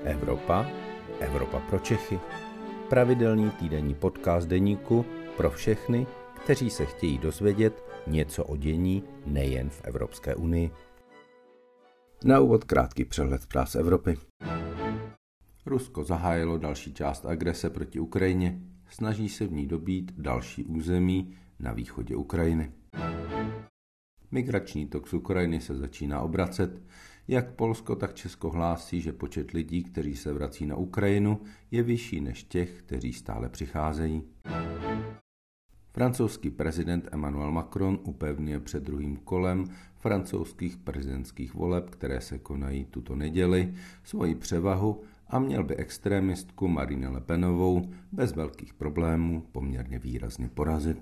Evropa, Evropa pro Čechy. Pravidelný týdenní podcast deníku pro všechny, kteří se chtějí dozvědět něco o dění nejen v Evropské unii. Na úvod krátký přehled zpráv z Evropy. Rusko zahájilo další část agrese proti Ukrajině, snaží se v ní dobít další území na východě Ukrajiny. Migrační tok z Ukrajiny se začíná obracet. Jak Polsko, tak Česko hlásí, že počet lidí, kteří se vrací na Ukrajinu, je vyšší než těch, kteří stále přicházejí. Francouzský prezident Emmanuel Macron upevňuje před druhým kolem francouzských prezidentských voleb, které se konají tuto neděli, svoji převahu a měl by extrémistku Marine Le Penovou bez velkých problémů poměrně výrazně porazit.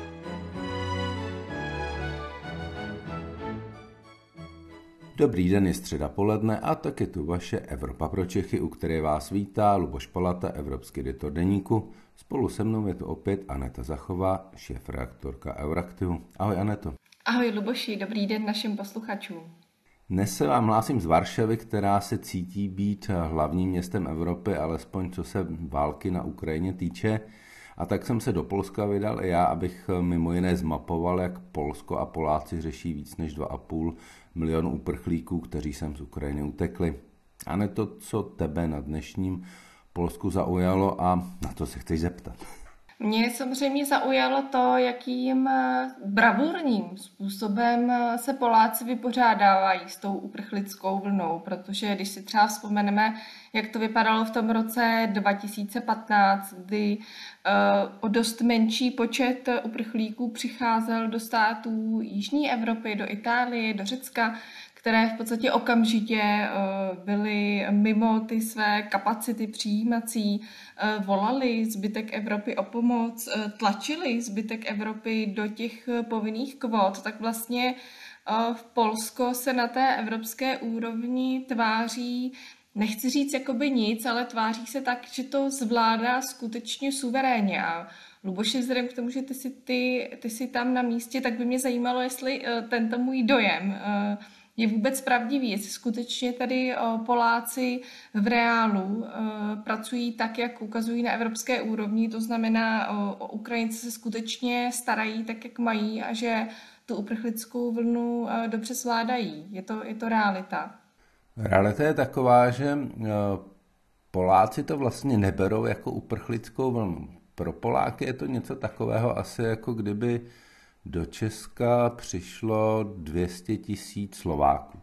Dobrý den, je středa poledne a tak je tu vaše Evropa pro Čechy, u které vás vítá Luboš Palata, evropský editor deníku. Spolu se mnou je tu opět Aneta Zachová, šéfredaktorka Euraktivu. Ahoj Aneto. Ahoj Luboši, dobrý den našim posluchačům. Dnes se vám hlásím z Varšavy, která se cítí být hlavním městem Evropy, alespoň co se války na Ukrajině týče. A tak jsem se do Polska vydal i já, abych mimo jiné zmapoval, jak Polsko a Poláci řeší víc než 2,5 milionu uprchlíků, kteří sem z Ukrajiny utekli. A ne to, co tebe na dnešním Polsku zaujalo a na co se chceš zeptat. Mě samozřejmě zaujalo to, jakým bravurním způsobem se Poláci vypořádávají s tou uprchlickou vlnou, protože když si třeba vzpomeneme, jak to vypadalo v tom roce 2015, kdy o dost menší počet uprchlíků přicházel do států jižní Evropy, do Itálie, do Řecka, které v podstatě okamžitě byly mimo ty své kapacity přijímací, volali zbytek Evropy o pomoc, tlačili zbytek Evropy do těch povinných kvót, tak vlastně v Polsko se na té evropské úrovni tváří, nechci říct jakoby nic, ale tváří se tak, že to zvládá skutečně suverénně. A Luboši, vzhledem k tomu, že ty jsi tam na místě, tak by mě zajímalo, jestli tento můj dojem je vůbec pravdivý, jestli skutečně tady Poláci v reálu pracují tak, jak ukazují na evropské úrovni, to znamená, o Ukrajince se skutečně starají tak, jak mají a že tu uprchlickou vlnu dobře zvládají. Je to realita. Realita je taková, že Poláci to vlastně neberou jako uprchlickou vlnu. Pro Poláky je to něco takového asi jako kdyby do Česka přišlo 200 000 Slováků.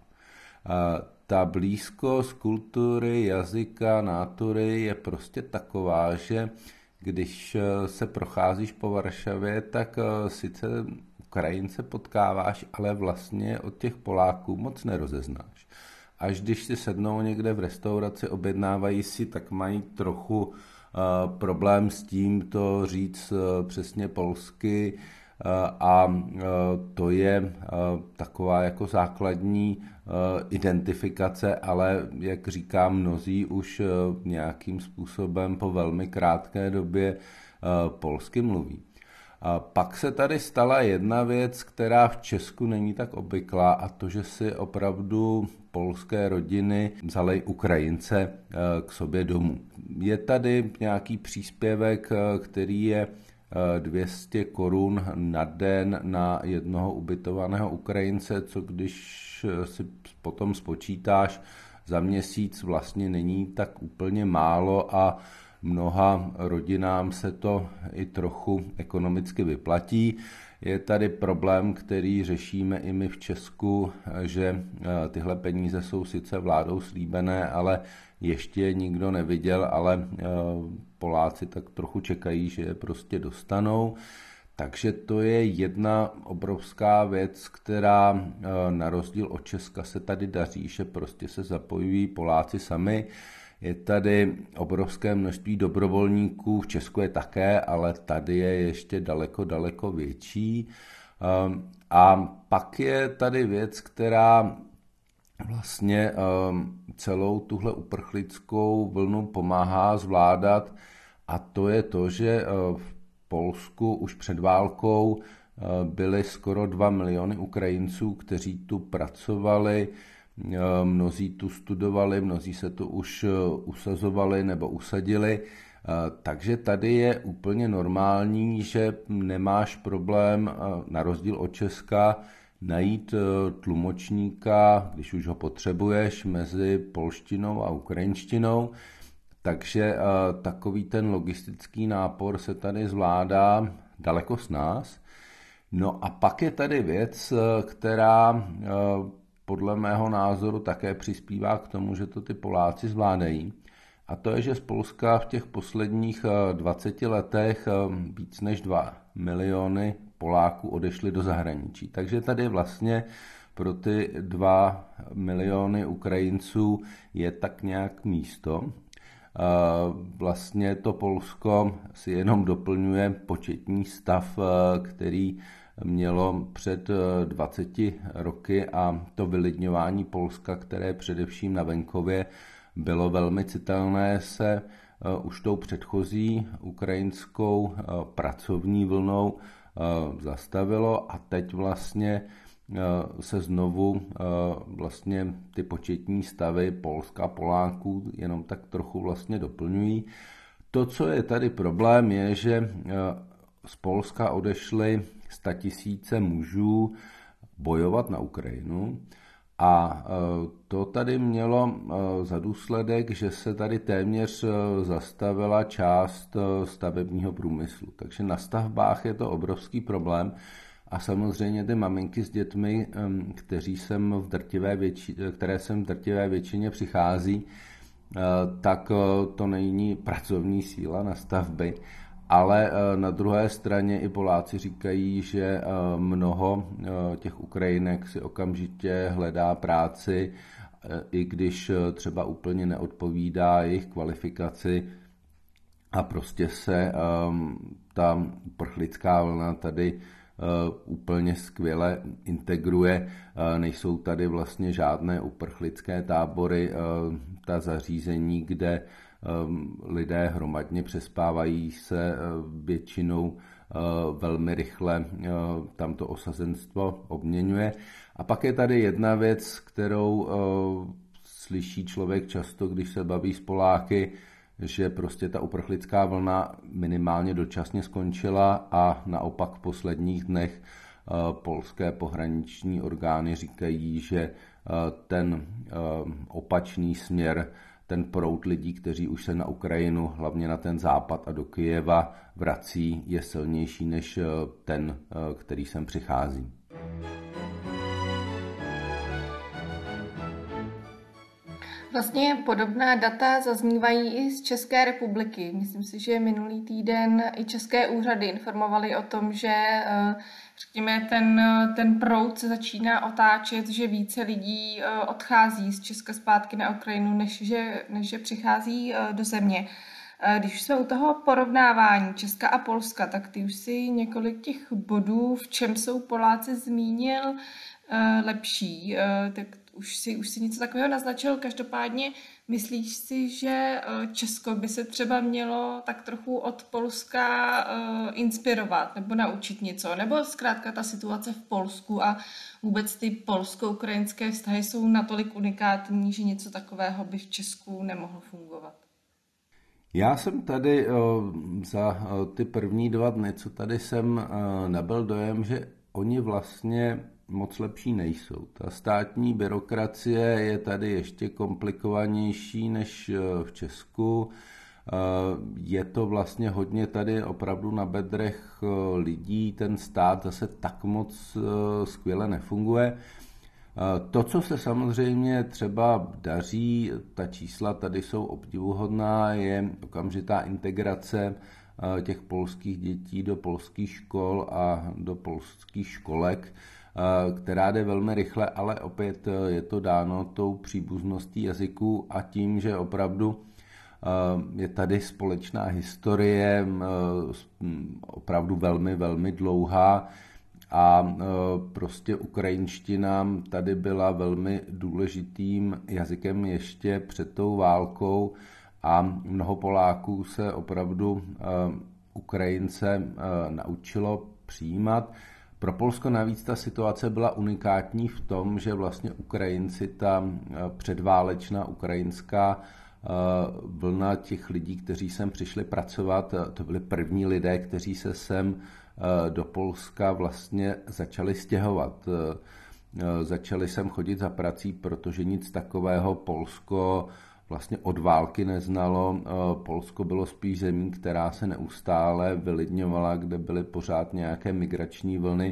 Ta blízkost kultury, jazyka, nátury je prostě taková, že když se procházíš po Varšavě, tak sice Ukrajince potkáváš, ale vlastně od těch Poláků moc nerozeznáš. Až když si sednou někde v restauraci, objednávají si, tak mají trochu problém s tím to říct přesně polsky, a to je taková jako základní identifikace, ale jak říkám, mnozí už nějakým způsobem po velmi krátké době polsky mluví. Pak se tady stala jedna věc, která v Česku není tak obvyklá, a to, že si opravdu polské rodiny vzaly Ukrajince k sobě domů. Je tady nějaký příspěvek, který je 200 korun na den na jednoho ubytovaného Ukrajince, co když si potom spočítáš za měsíc, vlastně není tak úplně málo a mnoha rodinám se to i trochu ekonomicky vyplatí. Je tady problém, který řešíme i my v Česku, že tyhle peníze jsou sice vládou slíbené, ale ještě je nikdo neviděl, ale Poláci tak trochu čekají, že je prostě dostanou. Takže to je jedna obrovská věc, která na rozdíl od Česka se tady daří, že prostě se zapojují Poláci sami. Je tady obrovské množství dobrovolníků, v Česku je také, ale tady je ještě daleko větší. A pak je tady věc, která vlastně celou tuhle uprchlickou vlnu pomáhá zvládat, a to je to, že v Polsku už před válkou byly skoro 2 miliony Ukrajinců, kteří tu pracovali Mnozí tu studovali, mnozí se tu už usazovali nebo usadili. Takže tady je úplně normální, že nemáš problém, na rozdíl od Česka, najít tlumočníka, když už ho potřebuješ, mezi polštinou a ukrajinštinou. Takže takový ten logistický nápor se tady zvládá daleko s nás. No a pak je tady věc, která podle mého názoru také přispívá k tomu, že to ty Poláci zvládají. A to je, že z Polska v těch posledních 20 letech víc než 2 miliony Poláků odešli do zahraničí. Takže tady vlastně pro ty 2 miliony Ukrajinců je tak nějak místo. Vlastně to Polsko si jenom doplňuje početní stav, který mělo před 20 roky, a to vylidňování Polska, které především na venkově bylo velmi citelné, se už tou předchozí ukrajinskou pracovní vlnou zastavilo a teď vlastně se znovu vlastně ty početní stavy Polska, Poláků jenom tak trochu vlastně doplňují. To, co je tady problém, je, že z Polska odešly 100 000 mužů bojovat na Ukrajinu a to tady mělo za důsledek, že se tady téměř zastavila část stavebního průmyslu. Takže na stavbách je to obrovský problém. A samozřejmě ty maminky s dětmi, které sem v drtivé většině přichází, tak to není pracovní síla na stavby. Ale na druhé straně i Poláci říkají, že mnoho těch Ukrajinek si okamžitě hledá práci, i když třeba úplně neodpovídá jejich kvalifikaci, a prostě se ta uprchlická vlna tady úplně skvěle integruje. Nejsou tady vlastně žádné uprchlické tábory, ta zařízení, kde lidé hromadně přespávají, se většinou velmi rychle tamto osazenstvo obměňuje. A pak je tady jedna věc, kterou slyší člověk často, když se baví s Poláky, že prostě ta uprchlická vlna minimálně dočasně skončila a naopak v posledních dnech polské pohraniční orgány říkají, že ten opačný směr, ten proud lidí, kteří už se na Ukrajinu, hlavně na ten západ a do Kyjeva vrací, je silnější než ten, který sem přichází. Vlastně podobná data zaznívají i z České republiky. Myslím si, že minulý týden i české úřady informovaly o tom, že řekněme, ten proud se začíná otáčet, že více lidí odchází z Česka zpátky na Ukrajinu, než že přichází do země. Když jsme u toho porovnávání Česka a Polska, tak ty už si několik těch bodů, v čem jsou Poláci, zmínil lepší. Tak už si něco takového naznačil. Každopádně myslíš si, že Česko by se třeba mělo tak trochu od Polska inspirovat nebo naučit něco? Nebo zkrátka ta situace v Polsku a vůbec ty polsko-ukrajinské vztahy jsou natolik unikátní, že něco takového by v Česku nemohlo fungovat? Já jsem tady za ty první 2 dny, co tady jsem, nabyl dojem, že oni vlastně moc lepší nejsou. Ta státní byrokracie je tady ještě komplikovanější než v Česku. Je to vlastně hodně tady opravdu na bedrech lidí, ten stát zase tak moc skvěle nefunguje. To, co se samozřejmě třeba daří, ta čísla tady jsou obdivuhodná, je okamžitá integrace těch polských dětí do polských škol a do polských školek, která jde velmi rychle, ale opět je to dáno tou příbuzností jazyků a tím, že opravdu je tady společná historie, opravdu velmi, velmi dlouhá, a prostě ukrajinština tady byla velmi důležitým jazykem ještě před tou válkou a mnoho Poláků se opravdu Ukrajince naučilo přijímat. Pro Polsko navíc ta situace byla unikátní v tom, že vlastně Ukrajinci, ta předválečná ukrajinská vlna těch lidí, kteří sem přišli pracovat, to byli první lidé, kteří se sem do Polska vlastně začali stěhovat. Začali sem chodit za prací, protože nic takového Polsko vlastně od války neznalo. Polsko bylo spíš zemí, která se neustále vylidňovala, kde byly pořád nějaké migrační vlny,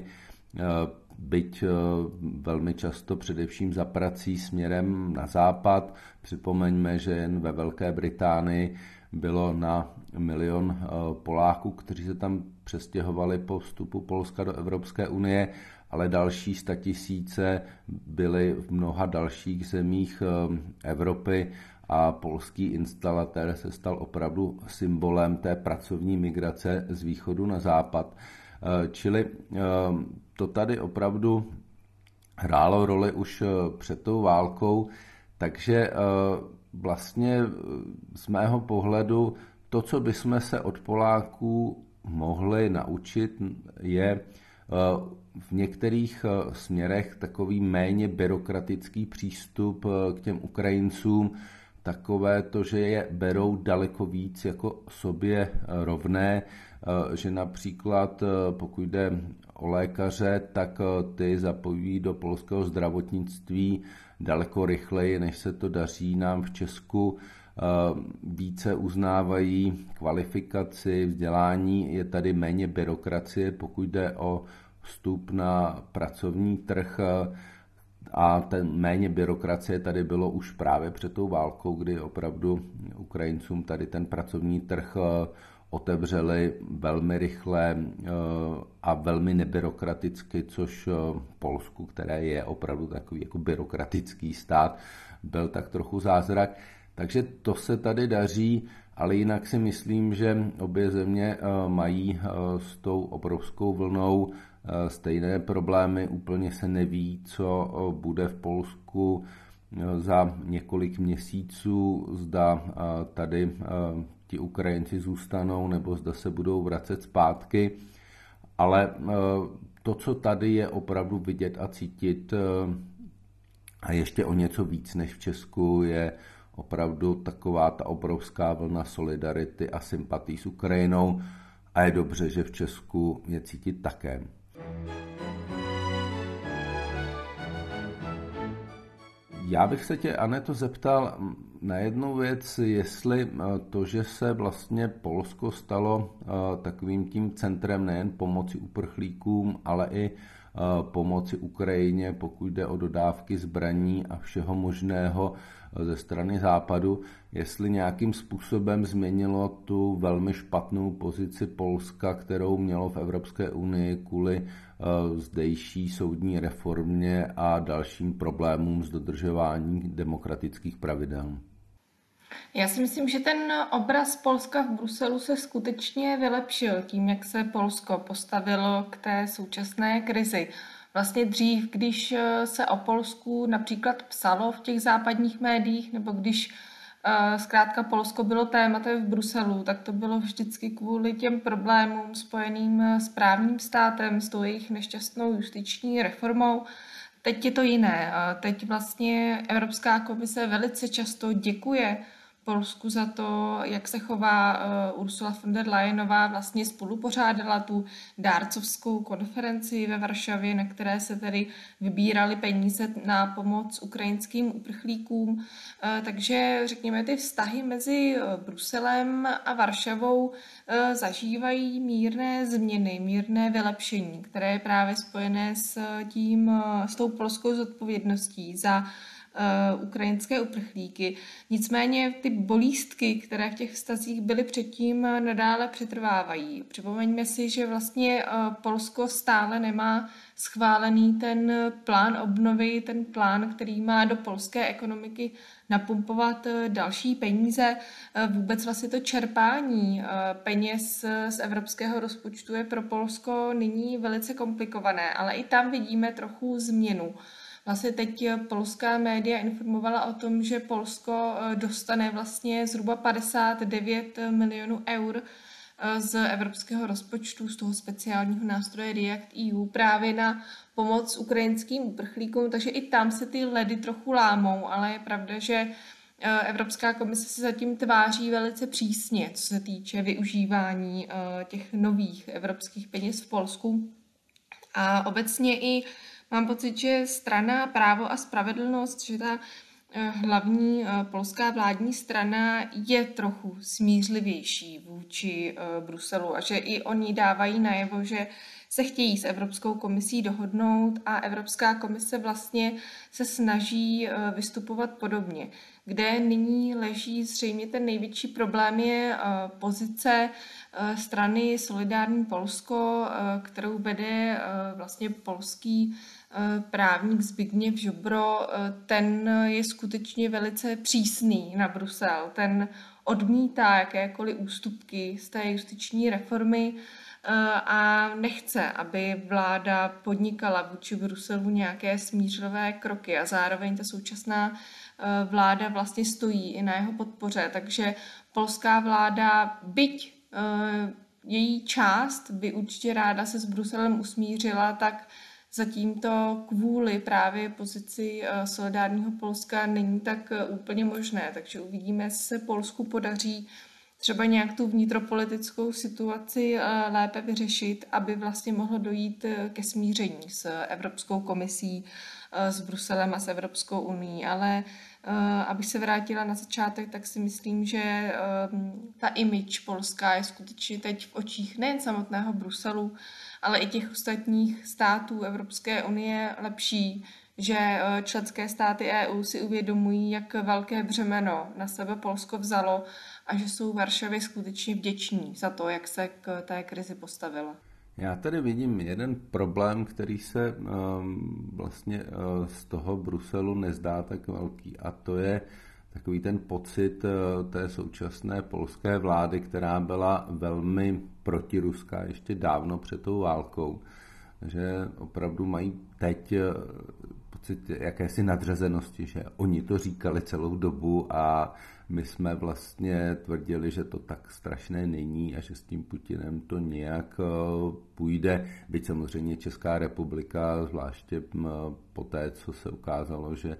byť velmi často především za prací směrem na západ. Připomeňme, že jen ve Velké Británii bylo na 1 milion Poláků, kteří se tam přestěhovali po vstupu Polska do Evropské unie, ale další 100 000 byly v mnoha dalších zemích Evropy a polský instalatér se stal opravdu symbolem té pracovní migrace z východu na západ. Čili to tady opravdu hrálo roli už před tou válkou, takže vlastně z mého pohledu to, co bychom se od Poláků mohli naučit, je v některých směrech takový méně byrokratický přístup k těm Ukrajincům, takové to, že je berou daleko víc jako sobě rovné, že například pokud jde o lékaře, tak ty zapojí do polského zdravotnictví daleko rychleji, než se to daří nám v Česku. Více uznávají kvalifikaci, vzdělání, je tady méně byrokracie, pokud jde o vstup na pracovní trh, a ten méně byrokracie tady bylo už právě před tou válkou, kdy opravdu Ukrajincům tady ten pracovní trh otevřeli velmi rychle a velmi nebyrokraticky, což Polsku, které je opravdu takový jako byrokratický stát, byl tak trochu zázrak. Takže to se tady daří, ale jinak si myslím, že obě země mají s tou obrovskou vlnou stejné problémy. Úplně se neví, co bude v Polsku za několik měsíců, zda tady ti Ukrajinci zůstanou nebo zda se budou vracet zpátky. Ale to, co tady je opravdu vidět a cítit a ještě o něco víc než v Česku, je opravdu taková ta obrovská vlna solidarity a sympatii s Ukrajinou a je dobře, že v Česku je cítit také. Já bych se tě, Aneto, zeptal na jednu věc, jestli to, že se vlastně Polsko stalo takovým tím centrem nejen pomoci uprchlíkům, ale i pomoci Ukrajině, pokud jde o dodávky zbraní a všeho možného ze strany západu, jestli nějakým způsobem změnilo tu velmi špatnou pozici Polska, kterou mělo v Evropské unii kvůli zdejší soudní reformě a dalším problémům s dodržováním demokratických pravidel. Já si myslím, že ten obraz Polska v Bruselu se skutečně vylepšil tím, jak se Polsko postavilo k té současné krizi. Vlastně dřív, když se o Polsku například psalo v těch západních médiích, nebo když zkrátka Polsko bylo tématem v Bruselu, tak to bylo vždycky kvůli těm problémům spojeným s právním státem, s tou jejich nešťastnou justiční reformou. Teď je to jiné. Teď vlastně Evropská komise velice často děkuje Polsku za to, jak se chová. Ursula von der Leyenová vlastně spolupořádala tu dárcovskou konferenci ve Varšavě, na které se tedy vybíraly peníze na pomoc ukrajinským uprchlíkům. Takže řekněme, ty vztahy mezi Bruselem a Varšavou zažívají mírné změny, mírné vylepšení, které je právě spojené s tou polskou zodpovědností za ukrajinské uprchlíky. Nicméně ty bolístky, které v těch vztazích byly předtím, nadále přetrvávají. Připomeňme si, že vlastně Polsko stále nemá schválený ten plán obnovy, ten plán, který má do polské ekonomiky napumpovat další peníze. Vůbec vlastně to čerpání peněz z evropského rozpočtu je pro Polsko nyní velice komplikované, ale i tam vidíme trochu změnu. Vlastně teď polská média informovala o tom, že Polsko dostane vlastně zhruba 59 milionů eur z evropského rozpočtu, z toho speciálního nástroje REACT-EU právě na pomoc ukrajinským uprchlíkům, takže i tam se ty ledy trochu lámou, ale je pravda, že Evropská komise se zatím tváří velice přísně, co se týče využívání těch nových evropských peněz v Polsku. A obecně i mám pocit, že strana Právo a spravedlnost, že ta hlavní polská vládní strana je trochu smířlivější vůči Bruselu a že i oni dávají najevo, že se chtějí s Evropskou komisí dohodnout a Evropská komise vlastně se snaží vystupovat podobně. Kde nyní leží zřejmě ten největší problém je pozice strany Solidární Polsko, kterou vede vlastně polský právník Zbigněv Ziobro. Ten je skutečně velice přísný na Brusel. Ten odmítá jakékoliv ústupky z té justiční reformy a nechce, aby vláda podnikala vůči Bruselu nějaké smířlivé kroky a zároveň ta současná vláda vlastně stojí i na jeho podpoře, takže polská vláda, byť její část by určitě ráda se s Bruselem usmířila, tak zatím to kvůli právě pozici Solidárního Polska není tak úplně možné, takže uvidíme, jestli se Polsku podaří třeba nějak tu vnitropolitickou situaci lépe vyřešit, aby vlastně mohlo dojít ke smíření s Evropskou komisí, s Bruselem a s Evropskou unií. Ale abych se vrátila na začátek, tak si myslím, že ta image polská je skutečně teď v očích nejen samotného Bruselu, ale i těch ostatních států Evropské unie lepší, že členské státy EU si uvědomují, jak velké břemeno na sebe Polsko vzalo a že jsou Varšavě skutečně vděční za to, jak se k té krizi postavila. Já tady vidím jeden problém, který se vlastně z toho Bruselu nezdá tak velký, a to je takový ten pocit té současné polské vlády, která byla velmi protiruská ještě dávno před tou válkou, že opravdu mají teď pocit jakési nadřazenosti, že oni to říkali celou dobu a my jsme vlastně tvrdili, že to tak strašné není a že s tím Putinem to nějak půjde. Byť samozřejmě Česká republika, zvláště po té, co se ukázalo, že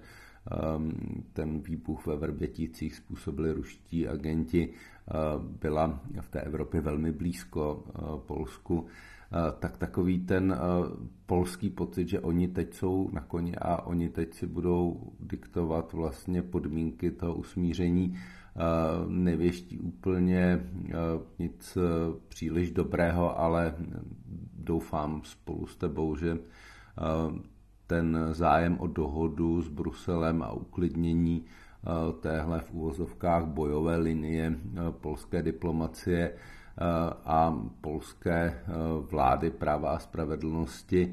ten výbuch ve Vrběticích způsobili ruští agenti, byla v té Evropě velmi blízko Polsku, tak takový ten polský pocit, že oni teď jsou na koni a oni teď si budou diktovat vlastně podmínky toho usmíření, nevěští úplně nic příliš dobrého, ale doufám spolu s tebou, že ten zájem o dohodu s Bruselem a uklidnění téhle v uvozovkách bojové linie polské diplomacie a polské vlády práva a spravedlnosti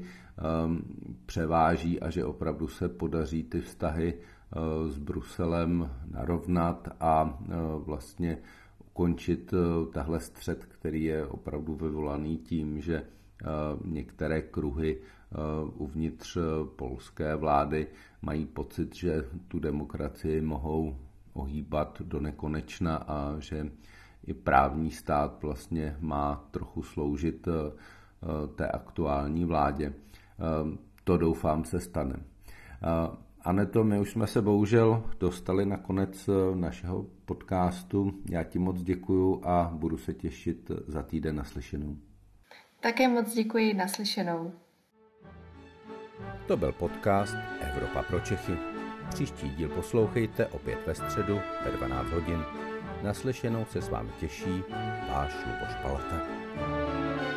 převáží a že opravdu se podaří ty vztahy s Bruselem narovnat a vlastně ukončit tahle střet, který je opravdu vyvolaný tím, že některé kruhy uvnitř polské vlády mají pocit, že tu demokracii mohou ohýbat do nekonečna a že i právní stát vlastně má trochu sloužit té aktuální vládě. To doufám se stane. Aneto, my už jsme se bohužel dostali na konec našeho podcastu. Já ti moc děkuju a budu se těšit za týden naslyšenou. Také moc děkuji, naslyšenou. To byl podcast Evropa pro Čechy. Příští díl poslouchejte opět ve středu ve 12 hodin. Naslyšenou se s vámi těší váš Luboš Palata.